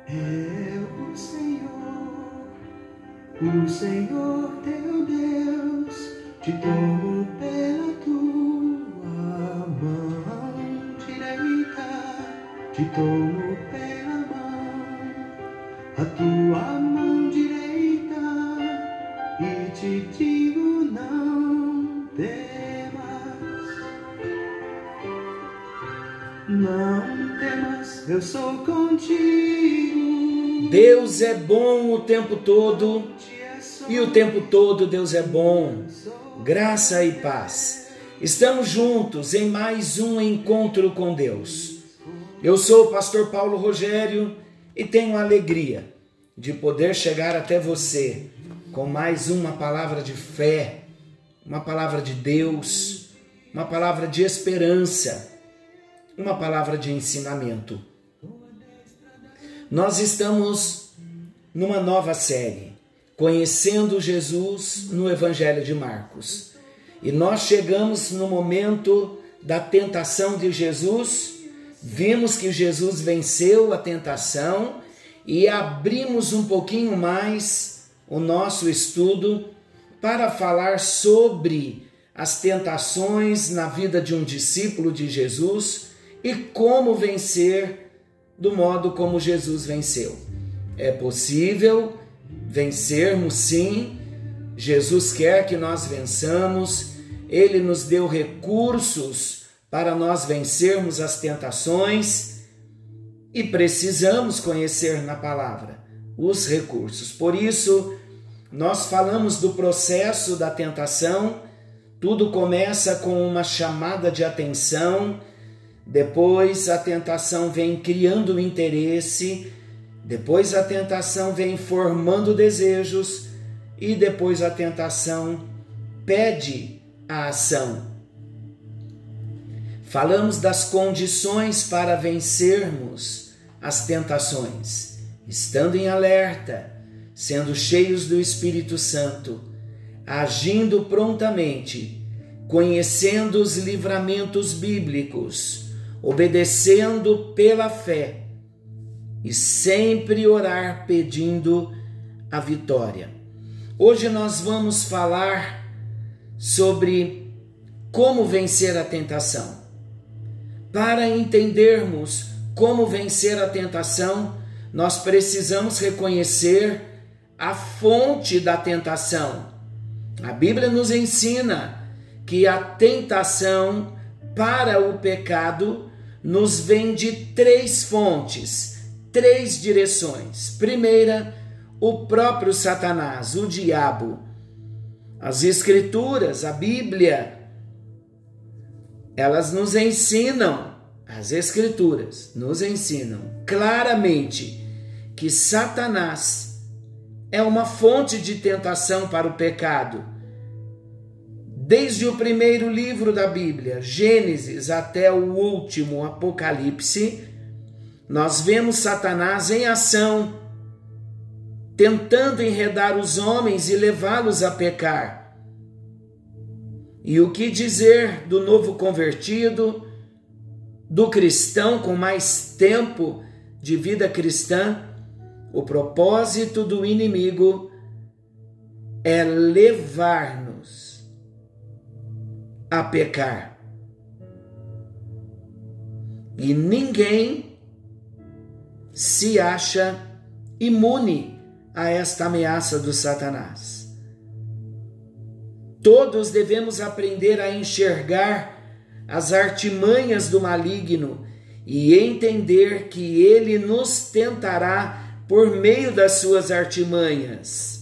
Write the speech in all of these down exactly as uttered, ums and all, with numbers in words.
É o Senhor, o Senhor teu Deus, te tomo pela tua mão direita, te tomo pela mão, a tua mão direita, e te digo não temas, não temas, eu sou contigo. Deus é bom o tempo todo, e o tempo todo Deus é bom. Graça e paz. Estamos juntos em mais um encontro com Deus. Eu sou o pastor Paulo Rogério e tenho a alegria de poder chegar até você com mais uma palavra de fé, uma palavra de Deus, uma palavra de esperança, uma palavra de ensinamento. Nós estamos numa nova série, Conhecendo Jesus no Evangelho de Marcos. E nós chegamos no momento da tentação de Jesus, vimos que Jesus venceu a tentação e abrimos um pouquinho mais o nosso estudo para falar sobre as tentações na vida de um discípulo de Jesus e como vencer do modo como Jesus venceu. É possível vencermos, sim. Jesus quer que nós vençamos. Ele nos deu recursos para nós vencermos as tentações e precisamos conhecer na palavra os recursos. Por isso, nós falamos do processo da tentação. Tudo começa com uma chamada de atenção. Depois a tentação vem criando interesse, depois a tentação vem formando desejos e depois a tentação pede a ação. Falamos das condições para vencermos as tentações, estando em alerta, sendo cheios do Espírito Santo, agindo prontamente, conhecendo os livramentos bíblicos, obedecendo pela fé e sempre orar pedindo a vitória. Hoje nós vamos falar sobre como vencer a tentação. Para entendermos como vencer a tentação, nós precisamos reconhecer a fonte da tentação. A Bíblia nos ensina que a tentação para o pecado nos vem de três fontes, três direções. Primeira, o próprio Satanás, o diabo. As Escrituras, a Bíblia, elas nos ensinam, as Escrituras nos ensinam claramente que Satanás é uma fonte de tentação para o pecado. Desde o primeiro livro da Bíblia, Gênesis, até o último, Apocalipse, nós vemos Satanás em ação, tentando enredar os homens e levá-los a pecar. E o que dizer do novo convertido, do cristão com mais tempo de vida cristã? O propósito do inimigo é levar-nos a pecar. E ninguém se acha imune a esta ameaça do Satanás. Todos devemos aprender a enxergar as artimanhas do maligno e entender que ele nos tentará por meio das suas artimanhas.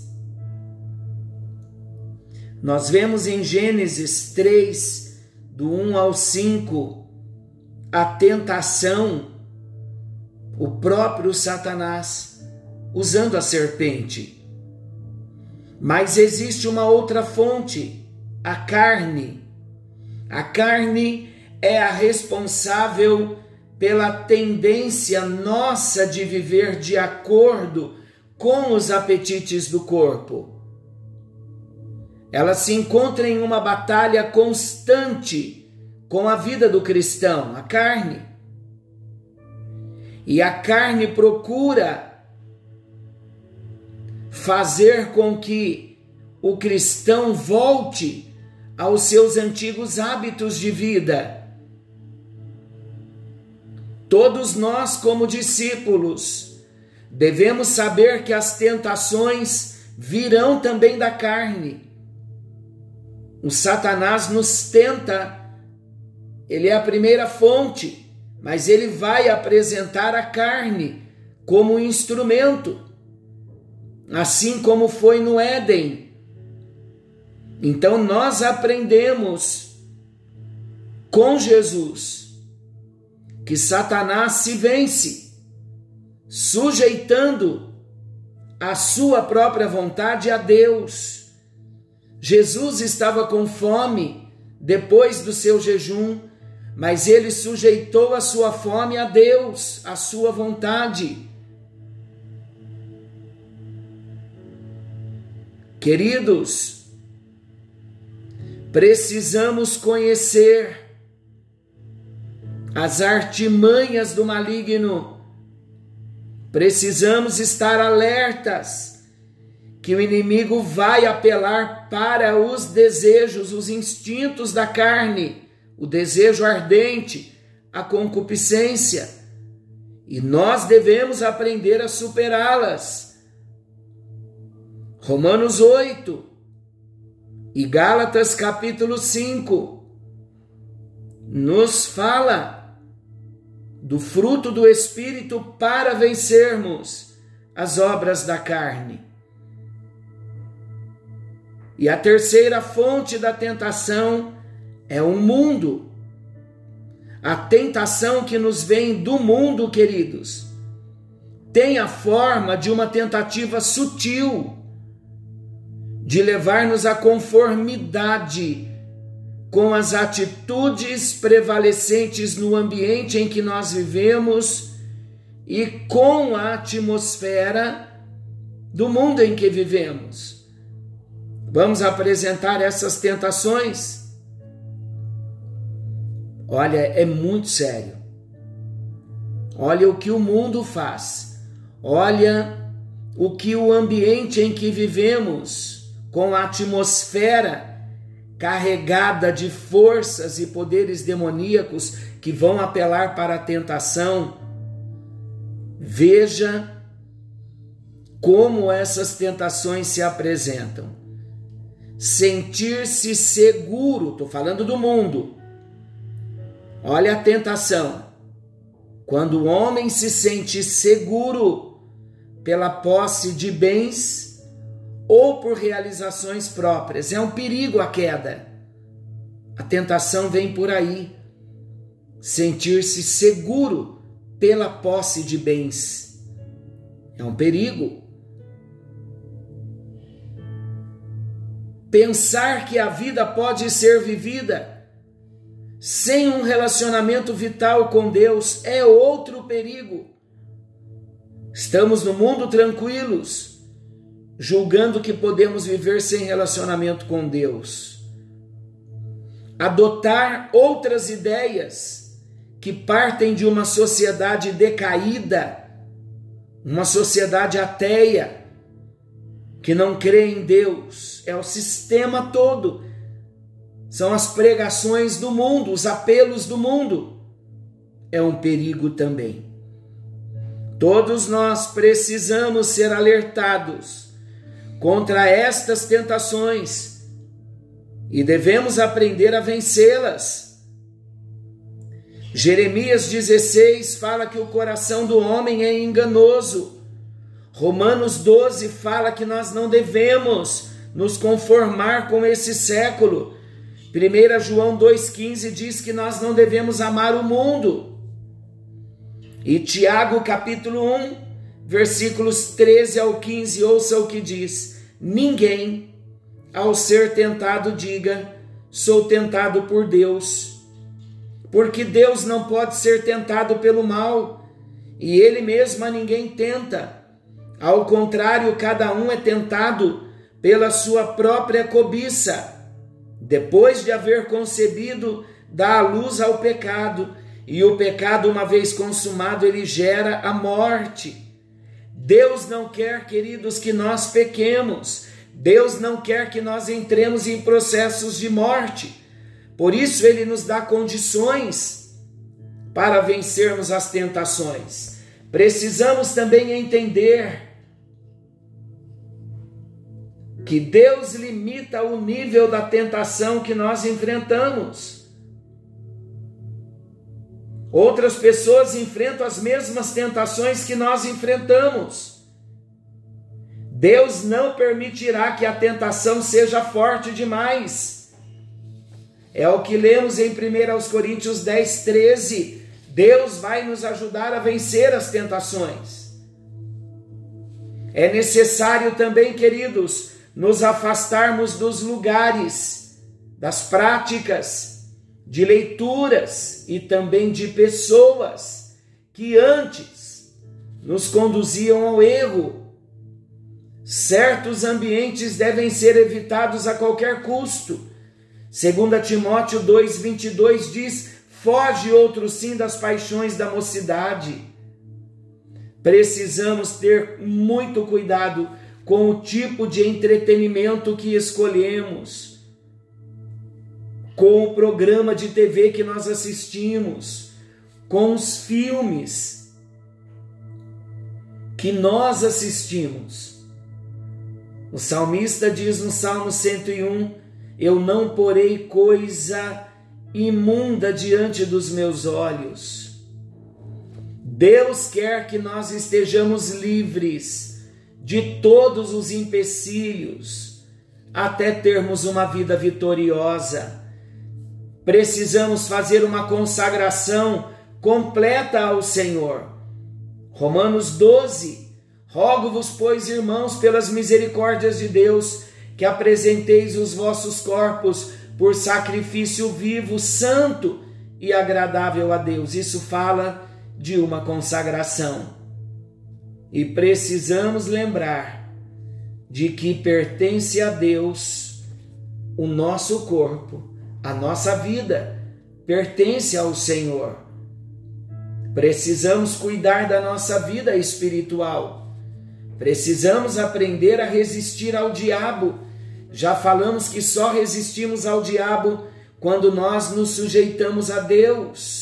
Nós vemos em Gênesis três, do um ao cinco, a tentação, o próprio Satanás, usando a serpente. Mas existe uma outra fonte, a carne. A carne é a responsável pela tendência nossa de viver de acordo com os apetites do corpo. Ela se encontra em uma batalha constante com a vida do cristão, a carne. E a carne procura fazer com que o cristão volte aos seus antigos hábitos de vida. Todos nós, como discípulos, devemos saber que as tentações virão também da carne. O Satanás nos tenta, ele é a primeira fonte, mas ele vai apresentar a carne como instrumento, assim como foi no Éden. Então nós aprendemos com Jesus que Satanás se vence, sujeitando a sua própria vontade a Deus. Jesus estava com fome depois do seu jejum, mas ele sujeitou a sua fome a Deus, a sua vontade. Queridos, precisamos conhecer as artimanhas do maligno. Precisamos estar alertas que o inimigo vai apelar para os desejos, os instintos da carne, o desejo ardente, a concupiscência, e nós devemos aprender a superá-las. Romanos oito e Gálatas capítulo cinco nos fala do fruto do Espírito para vencermos as obras da carne. E a terceira fonte da tentação é o mundo. A tentação que nos vem do mundo, queridos, tem a forma de uma tentativa sutil de levar-nos à conformidade com as atitudes prevalecentes no ambiente em que nós vivemos e com a atmosfera do mundo em que vivemos. Vamos apresentar essas tentações? Olha, é muito sério. Olha o que o mundo faz. Olha o que o ambiente em que vivemos, com a atmosfera carregada de forças e poderes demoníacos que vão apelar para a tentação. Veja como essas tentações se apresentam. Sentir-se seguro, estou falando do mundo. Olha a tentação. Quando o homem se sente seguro pela posse de bens ou por realizações próprias, é um perigo a queda. A tentação vem por aí. Sentir-se seguro pela posse de bens é um perigo. Pensar que a vida pode ser vivida sem um relacionamento vital com Deus é outro perigo. Estamos no mundo tranquilos, julgando que podemos viver sem relacionamento com Deus. Adotar outras ideias que partem de uma sociedade decaída, uma sociedade ateia, que não crê em Deus, é o sistema todo. São as pregações do mundo, os apelos do mundo. É um perigo também. Todos nós precisamos ser alertados contra estas tentações e devemos aprender a vencê-las. Jeremias dezesseis fala que o coração do homem é enganoso. Romanos doze fala que nós não devemos nos conformar com esse século. primeira João dois quinze diz que nós não devemos amar o mundo. E Tiago capítulo um, versículos treze ao quinze, ouça o que diz: ninguém, ao ser tentado, diga, sou tentado por Deus, porque Deus não pode ser tentado pelo mal, e ele mesmo a ninguém tenta. Ao contrário, cada um é tentado pela sua própria cobiça. Depois de haver concebido, dá a luz ao pecado, e o pecado, uma vez consumado, ele gera a morte. Deus não quer, queridos, que nós pequemos. Deus não quer que nós entremos em processos de morte. Por isso Ele nos dá condições para vencermos as tentações. Precisamos também entender que Deus limita o nível da tentação que nós enfrentamos. Outras pessoas enfrentam as mesmas tentações que nós enfrentamos. Deus não permitirá que a tentação seja forte demais. É o que lemos em primeira Coríntios dez, treze. Deus vai nos ajudar a vencer as tentações. É necessário também, queridos, nos afastarmos dos lugares, das práticas, de leituras e também de pessoas que antes nos conduziam ao erro. Certos ambientes devem ser evitados a qualquer custo. Segunda Timóteo dois, vinte e dois diz: foge outro sim das paixões da mocidade. Precisamos ter muito cuidado com o tipo de entretenimento que escolhemos, com o programa de T V que nós assistimos, com os filmes que nós assistimos. O salmista diz no Salmo cento e um: eu não porei coisa imunda diante dos meus olhos. Deus quer que nós estejamos livres de todos os empecilhos, até termos uma vida vitoriosa. Precisamos fazer uma consagração completa ao Senhor. Romanos doze, rogo-vos, pois, irmãos, pelas misericórdias de Deus, que apresenteis os vossos corpos por sacrifício vivo, santo e agradável a Deus. Isso fala de uma consagração. E precisamos lembrar de que pertence a Deus o nosso corpo, a nossa vida pertence ao Senhor. Precisamos cuidar da nossa vida espiritual. Precisamos aprender a resistir ao diabo. Já falamos que só resistimos ao diabo quando nós nos sujeitamos a Deus.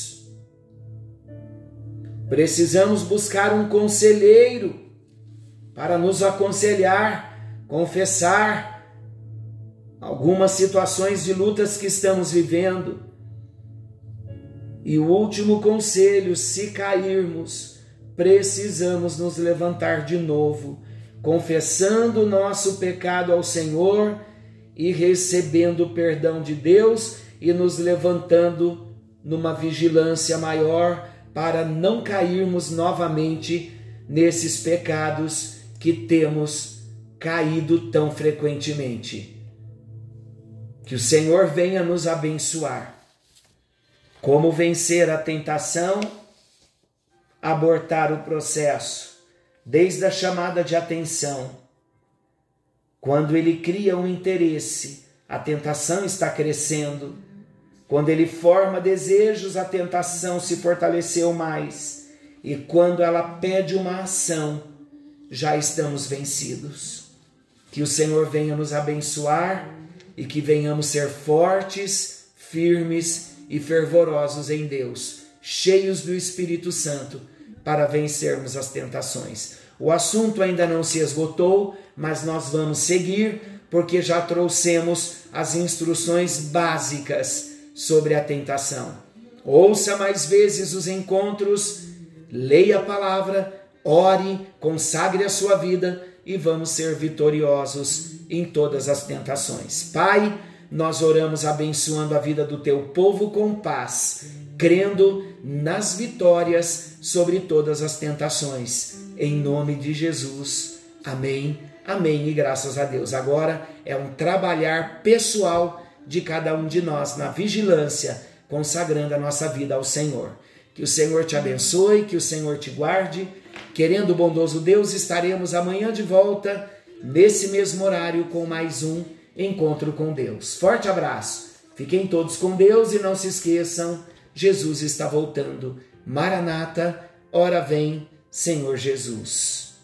Precisamos buscar um conselheiro para nos aconselhar, confessar algumas situações de lutas que estamos vivendo. E o último conselho: se cairmos, precisamos nos levantar de novo, confessando o nosso pecado ao Senhor e recebendo o perdão de Deus e nos levantando numa vigilância maior para não cairmos novamente nesses pecados que temos caído tão frequentemente. Que o Senhor venha nos abençoar. Como vencer a tentação? Abortar o processo, desde a chamada de atenção. Quando ele cria um interesse, a tentação está crescendo. Quando ele forma desejos, a tentação se fortaleceu mais. E quando ela pede uma ação, já estamos vencidos. Que o Senhor venha nos abençoar e que venhamos ser fortes, firmes e fervorosos em Deus, cheios do Espírito Santo, para vencermos as tentações. O assunto ainda não se esgotou, mas nós vamos seguir, porque já trouxemos as instruções básicas sobre a tentação. Ouça mais vezes os encontros, leia a palavra, ore, consagre a sua vida e vamos ser vitoriosos em todas as tentações. Pai, nós oramos abençoando a vida do teu povo com paz, crendo nas vitórias sobre todas as tentações. Em nome de Jesus. Amém, amém e graças a Deus. Agora é um trabalhar pessoal de cada um de nós na vigilância, consagrando a nossa vida ao Senhor. Que o Senhor te abençoe, que o Senhor te guarde. Querendo o bondoso Deus, estaremos amanhã de volta, nesse mesmo horário, com mais um Encontro com Deus. Forte abraço, fiquem todos com Deus e não se esqueçam, Jesus está voltando. Maranata, ora vem, Senhor Jesus.